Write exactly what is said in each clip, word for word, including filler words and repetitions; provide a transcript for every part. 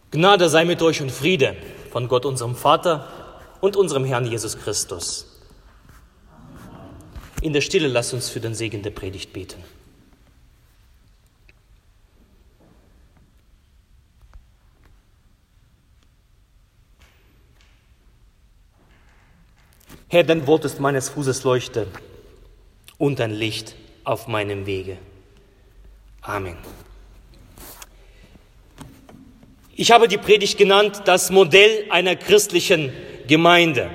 Gnade sei mit euch und Friede von Gott, unserem Vater und unserem Herrn Jesus Christus. In der Stille lasst uns für den Segen der Predigt beten. Herr, dein Wort ist meines Fußes Leuchte und ein Licht auf meinem Wege. Amen. Ich habe die Predigt genannt, das Modell einer christlichen Gemeinde.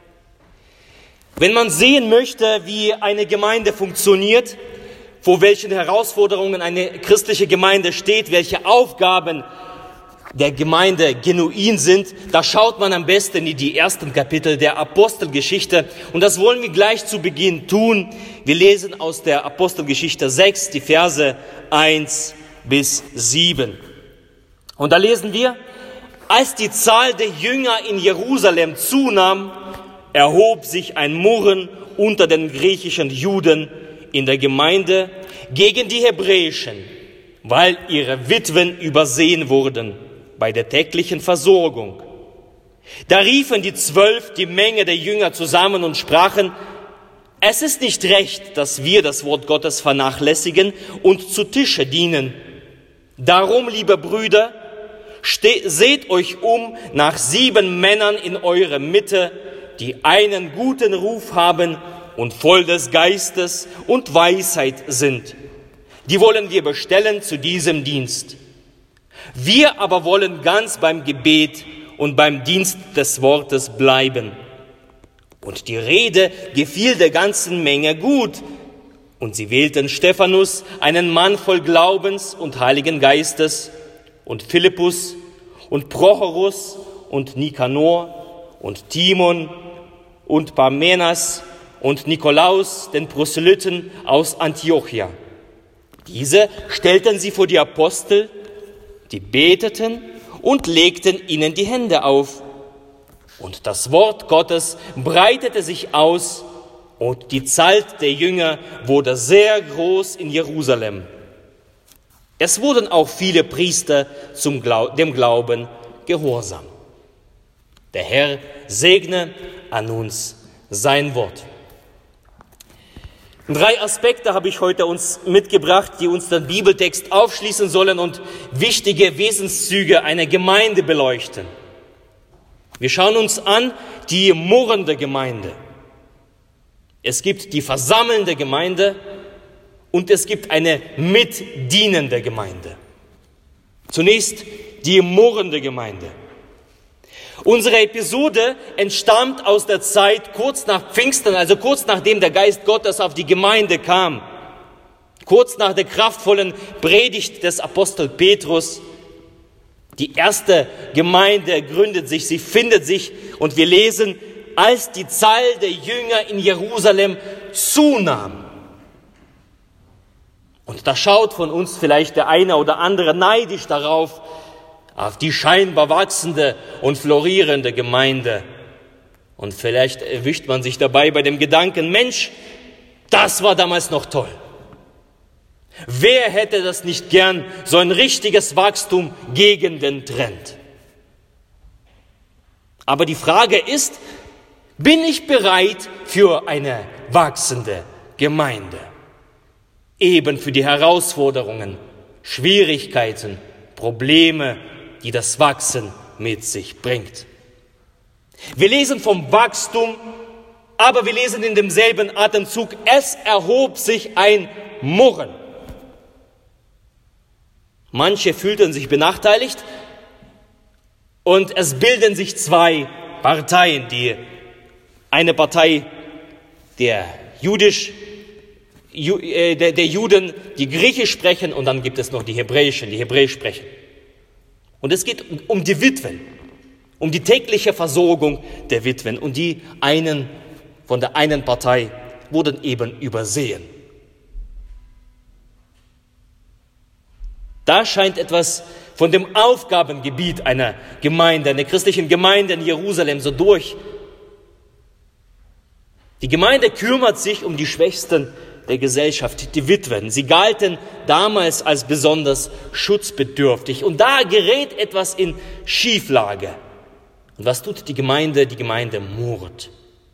Wenn man sehen möchte, wie eine Gemeinde funktioniert, vor welchen Herausforderungen eine christliche Gemeinde steht, welche Aufgaben der Gemeinde genuin sind, da schaut man am besten in die ersten Kapitel der Apostelgeschichte. Und das wollen wir gleich zu Beginn tun. Wir lesen aus der Apostelgeschichte sechs, die Verse eins bis sieben. Und da lesen wir: Als die Zahl der Jünger in Jerusalem zunahm, erhob sich ein Murren unter den griechischen Juden in der Gemeinde gegen die hebräischen, weil ihre Witwen übersehen wurden bei der täglichen Versorgung. Da riefen die Zwölf die Menge der Jünger zusammen und sprachen: Es ist nicht recht, dass wir das Wort Gottes vernachlässigen und zu Tische dienen. Darum, liebe Brüder, Ste- seht euch um nach sieben Männern in eurer Mitte, die einen guten Ruf haben und voll des Geistes und Weisheit sind. Die wollen wir bestellen zu diesem Dienst. Wir aber wollen ganz beim Gebet und beim Dienst des Wortes bleiben. Und die Rede gefiel der ganzen Menge gut. Und sie wählten Stephanus, einen Mann voll Glaubens und Heiligen Geistes, und Philippus und Prochorus und Nikanor und Timon und Parmenas und Nikolaus, den Proselyten aus Antiochia. Diese stellten sie vor die Apostel, die beteten und legten ihnen die Hände auf. Und das Wort Gottes breitete sich aus, und die Zahl der Jünger wurde sehr groß in Jerusalem. Es wurden auch viele Priester zum Glau- dem Glauben gehorsam. Der Herr segne an uns sein Wort. Drei Aspekte habe ich heute uns mitgebracht, die uns den Bibeltext aufschließen sollen und wichtige Wesenszüge einer Gemeinde beleuchten. Wir schauen uns an die murrende Gemeinde. Es gibt die versammelnde Gemeinde und es gibt eine mitdienende Gemeinde. Zunächst die murrende Gemeinde. Unsere Episode entstammt aus der Zeit kurz nach Pfingsten, also kurz nachdem der Geist Gottes auf die Gemeinde kam. Kurz nach der kraftvollen Predigt des Apostel Petrus. Die erste Gemeinde gründet sich, sie findet sich, und wir lesen: Als die Zahl der Jünger in Jerusalem zunahm. Und da schaut von uns vielleicht der eine oder andere neidisch darauf, auf die scheinbar wachsende und florierende Gemeinde. Und vielleicht erwischt man sich dabei bei dem Gedanken: Mensch, das war damals noch toll. Wer hätte das nicht gern, so ein richtiges Wachstum gegen den Trend? Aber die Frage ist, bin ich bereit für eine wachsende Gemeinde? Eben für die Herausforderungen, Schwierigkeiten, Probleme, die das Wachsen mit sich bringt. Wir lesen vom Wachstum, aber wir lesen in demselben Atemzug: Es erhob sich ein Murren. Manche fühlten sich benachteiligt und es bilden sich zwei Parteien. Die eine Partei der jüdisch Ju, äh, der, der Juden, die Griechisch sprechen, und dann gibt es noch die Hebräischen, die Hebräisch sprechen. Und es geht um, um die Witwen, um die tägliche Versorgung der Witwen. Und die einen von der einen Partei wurden eben übersehen. Da scheint etwas von dem Aufgabengebiet einer Gemeinde, einer christlichen Gemeinde in Jerusalem so durch. Die Gemeinde kümmert sich um die Schwächsten der Gesellschaft, die Witwen. Sie galten damals als besonders schutzbedürftig. Und da gerät etwas in Schieflage. Und was tut die Gemeinde? Die Gemeinde murrt.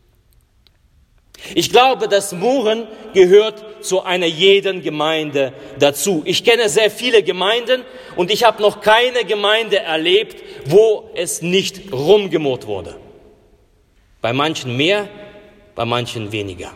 Ich glaube, das Murren gehört zu einer jeden Gemeinde dazu. Ich kenne sehr viele Gemeinden und ich habe noch keine Gemeinde erlebt, wo es nicht rumgemurrt wurde. Bei manchen mehr, bei manchen weniger.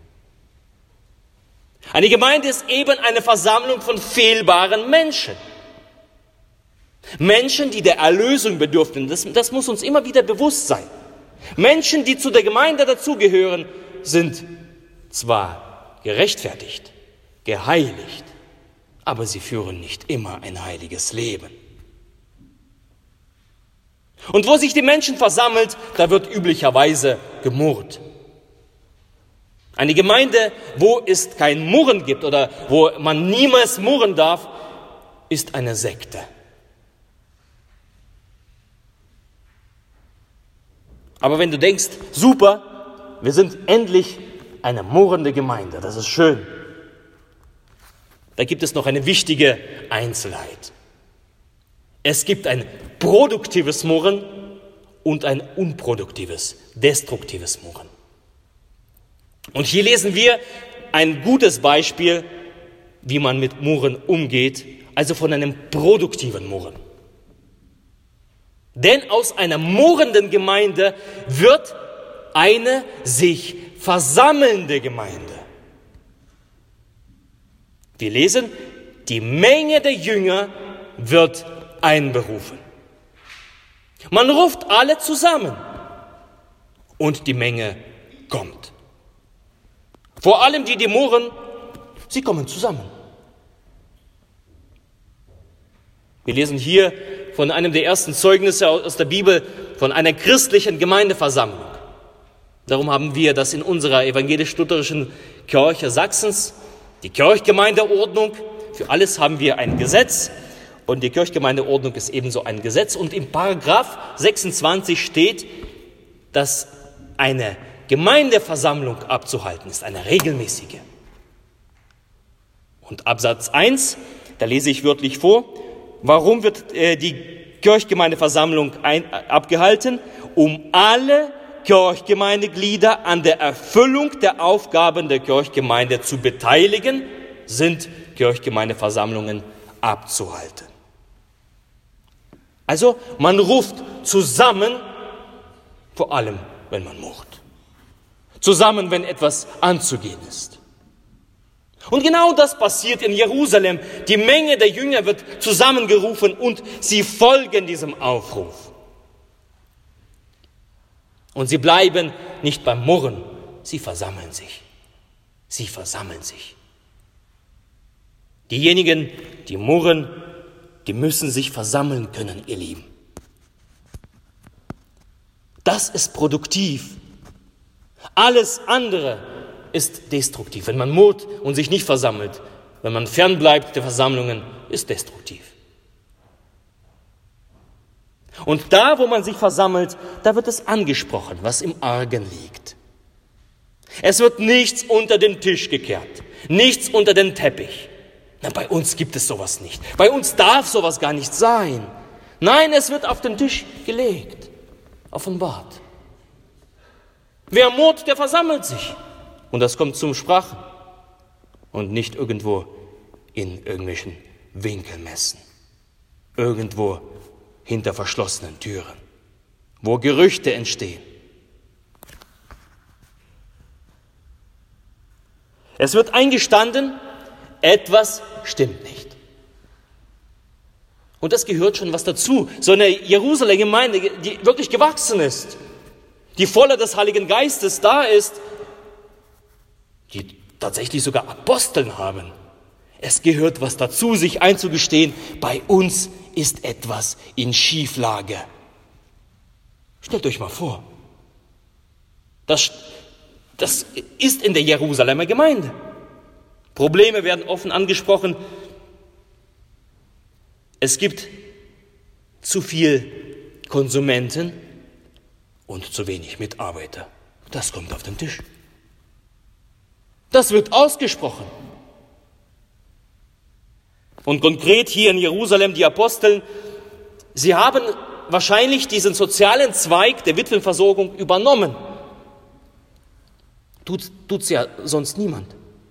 Eine Gemeinde ist eben eine Versammlung von fehlbaren Menschen. Menschen, die der Erlösung bedürften. Das, das muss uns immer wieder bewusst sein. Menschen, die zu der Gemeinde dazugehören, sind zwar gerechtfertigt, geheiligt, aber sie führen nicht immer ein heiliges Leben. Und wo sich die Menschen versammelt, da wird üblicherweise gemurrt. Eine Gemeinde, wo es kein Murren gibt oder wo man niemals murren darf, ist eine Sekte. Aber wenn du denkst, super, wir sind endlich eine murrende Gemeinde, das ist schön. Da gibt es noch eine wichtige Einzelheit. Es gibt ein produktives Murren und ein unproduktives, destruktives Murren. Und hier lesen wir ein gutes Beispiel, wie man mit Murren umgeht, also von einem produktiven Murren. Denn aus einer murrenden Gemeinde wird eine sich versammelnde Gemeinde. Wir lesen, die Menge der Jünger wird einberufen. Man ruft alle zusammen und die Menge kommt. Vor allem die, die murren, sie kommen zusammen. Wir lesen hier von einem der ersten Zeugnisse aus der Bibel von einer christlichen Gemeindeversammlung. Darum haben wir das in unserer evangelisch-lutherischen Kirche Sachsens, die Kirchgemeindeordnung. Für alles haben wir ein Gesetz und die Kirchgemeindeordnung ist ebenso ein Gesetz. Und im Paragraph sechsundzwanzig steht, dass eine Gemeindeversammlung abzuhalten ist, eine regelmäßige. Und Absatz eins, da lese ich wörtlich vor, warum wird äh, die Kirchgemeindeversammlung ein, äh, abgehalten? Um alle Kirchgemeindeglieder an der Erfüllung der Aufgaben der Kirchgemeinde zu beteiligen, sind Kirchgemeindeversammlungen abzuhalten. Also man ruft zusammen, vor allem wenn man murrt. Zusammen, wenn etwas anzugehen ist. Und genau das passiert in Jerusalem. Die Menge der Jünger wird zusammengerufen und sie folgen diesem Aufruf. Und sie bleiben nicht beim Murren, sie versammeln sich. Sie versammeln sich. Diejenigen, die murren, die müssen sich versammeln können, ihr Lieben. Das ist produktiv. Alles andere ist destruktiv. Wenn man murrt und sich nicht versammelt, wenn man fernbleibt der Versammlungen, ist destruktiv. Und da, wo man sich versammelt, da wird es angesprochen, was im Argen liegt. Es wird nichts unter den Tisch gekehrt, nichts unter den Teppich. Na, bei uns gibt es sowas nicht. Bei uns darf sowas gar nicht sein. Nein, es wird auf den Tisch gelegt, offenbart. Wer murrt, der versammelt sich. Und das kommt zum Sprachen. Und nicht irgendwo in irgendwelchen Winkelmessen. Irgendwo hinter verschlossenen Türen, wo Gerüchte entstehen. Es wird eingestanden, etwas stimmt nicht. Und das gehört schon was dazu. So eine Jerusalem-Gemeinde, die wirklich gewachsen ist, die voller des Heiligen Geistes da ist, die tatsächlich sogar Aposteln haben. Es gehört was dazu, sich einzugestehen, bei uns ist etwas in Schieflage. Stellt euch mal vor, das, das ist in der Jerusalemer Gemeinde. Probleme werden offen angesprochen. Es gibt zu viel Konsumenten und zu wenig Mitarbeiter. Das kommt auf den Tisch. Das wird ausgesprochen. Und konkret hier in Jerusalem, die Apostel, sie haben wahrscheinlich diesen sozialen Zweig der Witwenversorgung übernommen. Tut, tut's ja sonst niemand.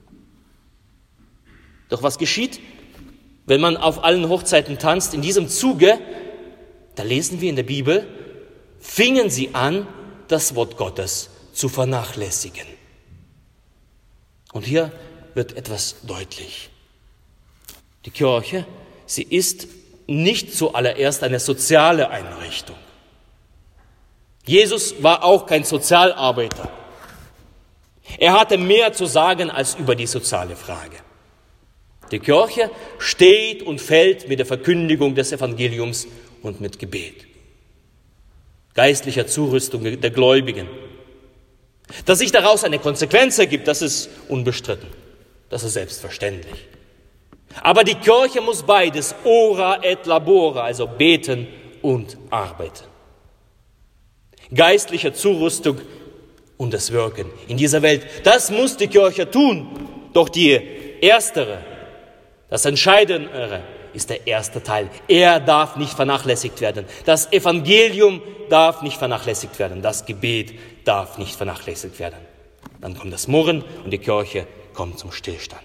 Doch was geschieht, wenn man auf allen Hochzeiten tanzt? In diesem Zuge, da lesen wir in der Bibel, fingen sie an, das Wort Gottes zu vernachlässigen. Und hier wird etwas deutlich. Die Kirche, sie ist nicht zuallererst eine soziale Einrichtung. Jesus war auch kein Sozialarbeiter. Er hatte mehr zu sagen als über die soziale Frage. Die Kirche steht und fällt mit der Verkündigung des Evangeliums und mit Gebet, geistlicher Zurüstung der Gläubigen. Dass sich daraus eine Konsequenz ergibt, das ist unbestritten, das ist selbstverständlich. Aber die Kirche muss beides, ora et labora, also beten und arbeiten. Geistliche Zurüstung und das Wirken in dieser Welt, das muss die Kirche tun. Doch die erstere, das Entscheidendere ist der erste Teil. Er darf nicht vernachlässigt werden. Das Evangelium darf nicht vernachlässigt werden. Das Gebet darf nicht vernachlässigt werden. Dann kommt das Murren und die Kirche kommt zum Stillstand.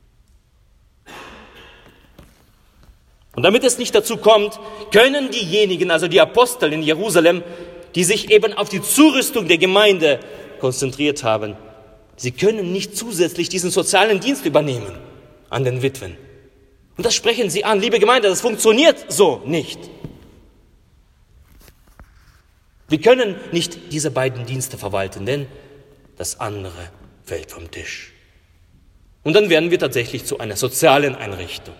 Und damit es nicht dazu kommt, können diejenigen, also die Apostel in Jerusalem, die sich eben auf die Zurüstung der Gemeinde konzentriert haben, sie können nicht zusätzlich diesen sozialen Dienst übernehmen an den Witwen. Und das sprechen sie an. Liebe Gemeinde, das funktioniert so nicht. Wir können nicht diese beiden Dienste verwalten, denn das andere fällt vom Tisch. Und dann werden wir tatsächlich zu einer sozialen Einrichtung.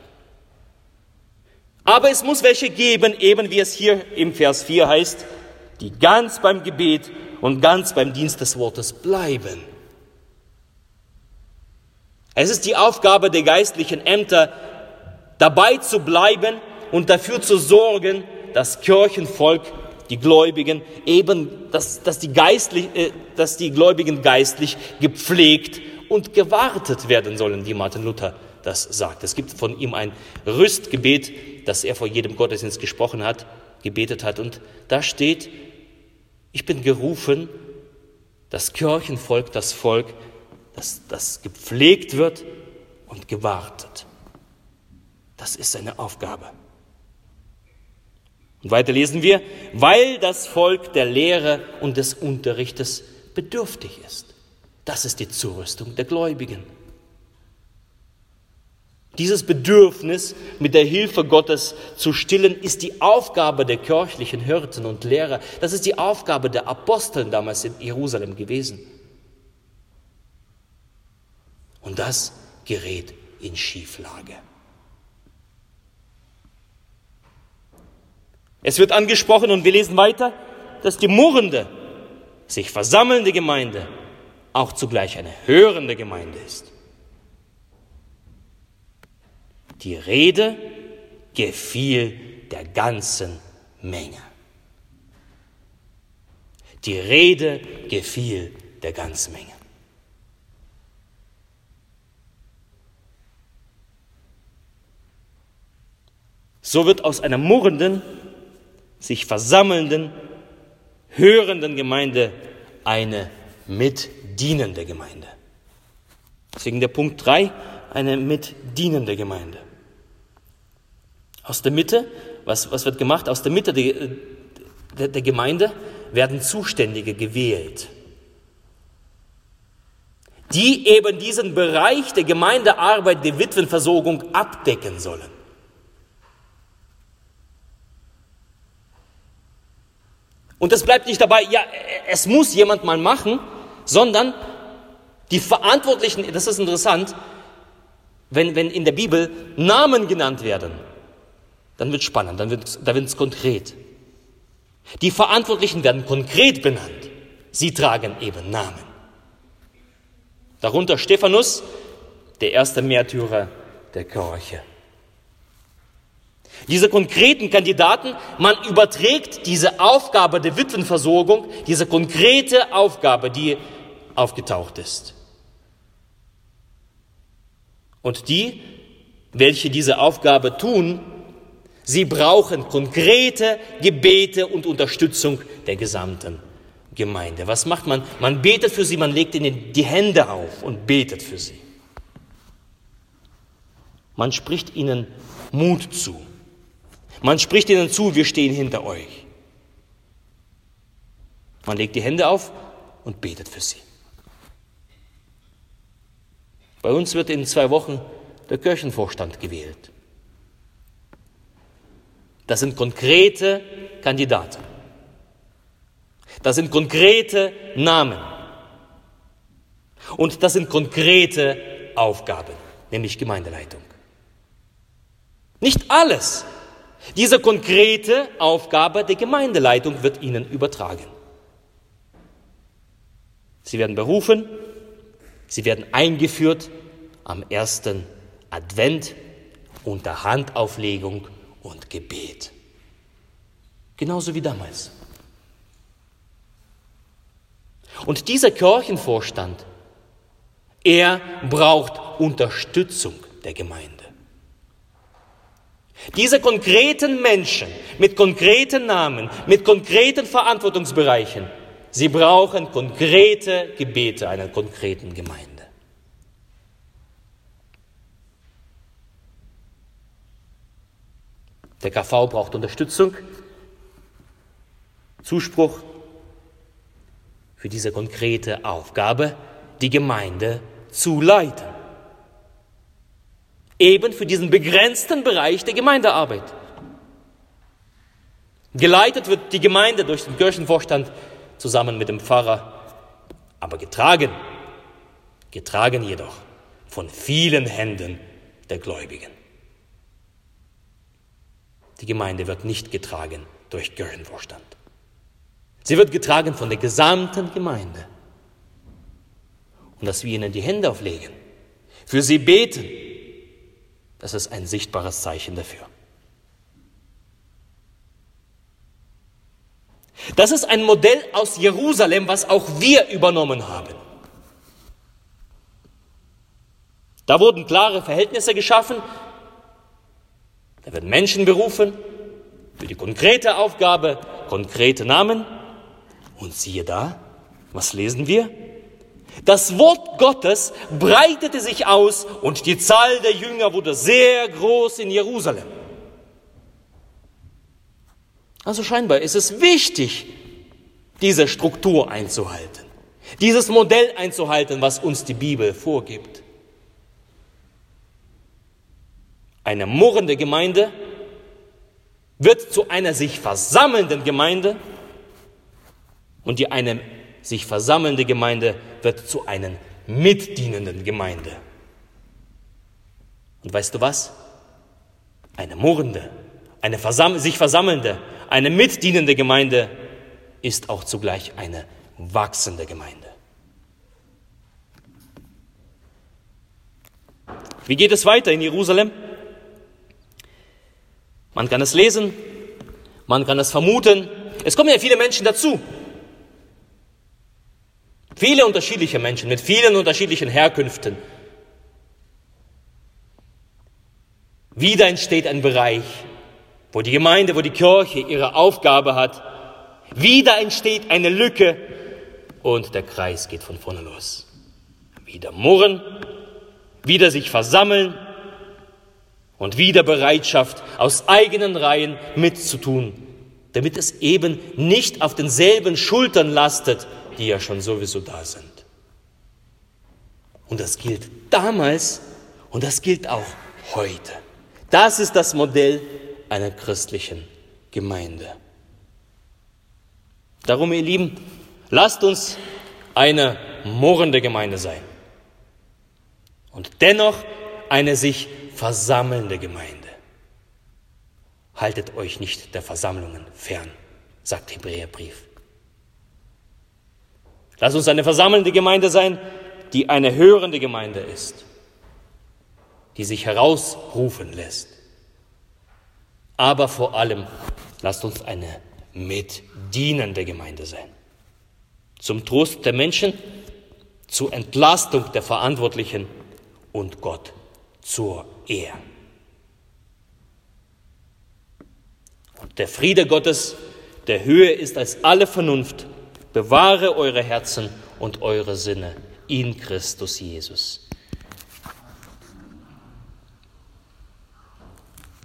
Aber es muss welche geben, eben wie es hier im Vers vier heißt, die ganz beim Gebet und ganz beim Dienst des Wortes bleiben. Es ist die Aufgabe der geistlichen Ämter, dabei zu bleiben und dafür zu sorgen, dass Kirchenvolk, die Gläubigen, eben, dass, dass, die, geistlich, äh, dass die Gläubigen geistlich gepflegt und gewartet werden sollen, wie Martin Luther das sagt. Es gibt von ihm ein Rüstgebet, das er vor jedem Gottesdienst gesprochen hat, gebetet hat. Und da steht, ich bin gerufen, das Kirchenvolk, das Volk, das, das gepflegt wird und gewartet. Das ist seine Aufgabe. Und weiter lesen wir, weil das Volk der Lehre und des Unterrichtes bedürftig ist. Das ist die Zurüstung der Gläubigen. Dieses Bedürfnis mit der Hilfe Gottes zu stillen, ist die Aufgabe der kirchlichen Hirten und Lehrer. Das ist die Aufgabe der Aposteln damals in Jerusalem gewesen. Und das gerät in Schieflage. Es wird angesprochen und wir lesen weiter, dass die murrende, sich versammelnde Gemeinde auch zugleich eine hörende Gemeinde ist. Die Rede gefiel der ganzen Menge. Die Rede gefiel der ganzen Menge. So wird aus einer murrenden, sich versammelnden, hörenden Gemeinde eine mitdienende Gemeinde. Deswegen der Punkt drei, eine mitdienende Gemeinde. Aus der Mitte, was, was wird gemacht? Aus der Mitte der, der, der Gemeinde werden Zuständige gewählt, die eben diesen Bereich der Gemeindearbeit, der Witwenversorgung abdecken sollen. Und es bleibt nicht dabei, ja, es muss jemand mal machen, sondern die Verantwortlichen, das ist interessant, wenn, wenn in der Bibel Namen genannt werden, dann wird es spannend, dann wird da wird es konkret. Die Verantwortlichen werden konkret benannt. Sie tragen eben Namen. Darunter Stephanus, der erste Märtyrer der Kirche. Diese konkreten Kandidaten, man überträgt diese Aufgabe der Witwenversorgung, diese konkrete Aufgabe, die aufgetaucht ist. Und die, welche diese Aufgabe tun, sie brauchen konkrete Gebete und Unterstützung der gesamten Gemeinde. Was macht man? Man betet für sie, man legt ihnen die Hände auf und betet für sie. Man spricht ihnen Mut zu. Man spricht ihnen zu, wir stehen hinter euch. Man legt die Hände auf und betet für sie. Bei uns wird in zwei Wochen der Kirchenvorstand gewählt. Das sind konkrete Kandidaten. Das sind konkrete Namen. Und das sind konkrete Aufgaben, nämlich Gemeindeleitung. Nicht alles. Diese konkrete Aufgabe der Gemeindeleitung wird ihnen übertragen. Sie werden berufen, sie werden eingeführt am ersten Advent unter Handauflegung und Gebet. Genauso wie damals. Und dieser Kirchenvorstand, er braucht Unterstützung der Gemeinde. Diese konkreten Menschen mit konkreten Namen, mit konkreten Verantwortungsbereichen, sie brauchen konkrete Gebete einer konkreten Gemeinde. Der K V braucht Unterstützung, Zuspruch für diese konkrete Aufgabe, die Gemeinde zu leiten. Eben für diesen begrenzten Bereich der Gemeindearbeit. Geleitet wird die Gemeinde durch den Kirchenvorstand zusammen mit dem Pfarrer, aber getragen, getragen jedoch von vielen Händen der Gläubigen. Die Gemeinde wird nicht getragen durch Kirchenvorstand. Sie wird getragen von der gesamten Gemeinde. Und dass wir ihnen die Hände auflegen, für sie beten, das ist ein sichtbares Zeichen dafür. Das ist ein Modell aus Jerusalem, was auch wir übernommen haben. Da wurden klare Verhältnisse geschaffen, da werden Menschen berufen für die konkrete Aufgabe, konkrete Namen. Und siehe da, was lesen wir? Das Wort Gottes breitete sich aus und die Zahl der Jünger wurde sehr groß in Jerusalem. Also scheinbar ist es wichtig, diese Struktur einzuhalten, dieses Modell einzuhalten, was uns die Bibel vorgibt. Eine murrende Gemeinde wird zu einer sich versammelnden Gemeinde und die eine sich versammelnde Gemeinde wird zu einer mitdienenden Gemeinde. Und weißt du was? Eine murrende, eine versam- sich versammelnde, eine mitdienende Gemeinde ist auch zugleich eine wachsende Gemeinde. Wie geht es weiter in Jerusalem? Man kann es lesen, man kann es vermuten. Es kommen ja viele Menschen dazu. Viele unterschiedliche Menschen mit vielen unterschiedlichen Herkünften. Wieder entsteht ein Bereich, wo die Gemeinde, wo die Kirche ihre Aufgabe hat. Wieder entsteht eine Lücke und der Kreis geht von vorne los. Wieder murren, wieder sich versammeln und wieder Bereitschaft, aus eigenen Reihen mitzutun, damit es eben nicht auf denselben Schultern lastet, die ja schon sowieso da sind. Und das gilt damals und das gilt auch heute. Das ist das Modell einer christlichen Gemeinde. Darum, ihr Lieben, lasst uns eine murrende Gemeinde sein und dennoch eine sich versammelnde Gemeinde. Haltet euch nicht der Versammlungen fern, sagt Hebräerbrief. Lasst uns eine versammelnde Gemeinde sein, die eine hörende Gemeinde ist, die sich herausrufen lässt. Aber vor allem, lasst uns eine mitdienende Gemeinde sein. Zum Trost der Menschen, zur Entlastung der Verantwortlichen und Gott zur Ehe. Und der Friede Gottes, der höher ist als alle Vernunft, bewahre eure Herzen und eure Sinne in Christus Jesus.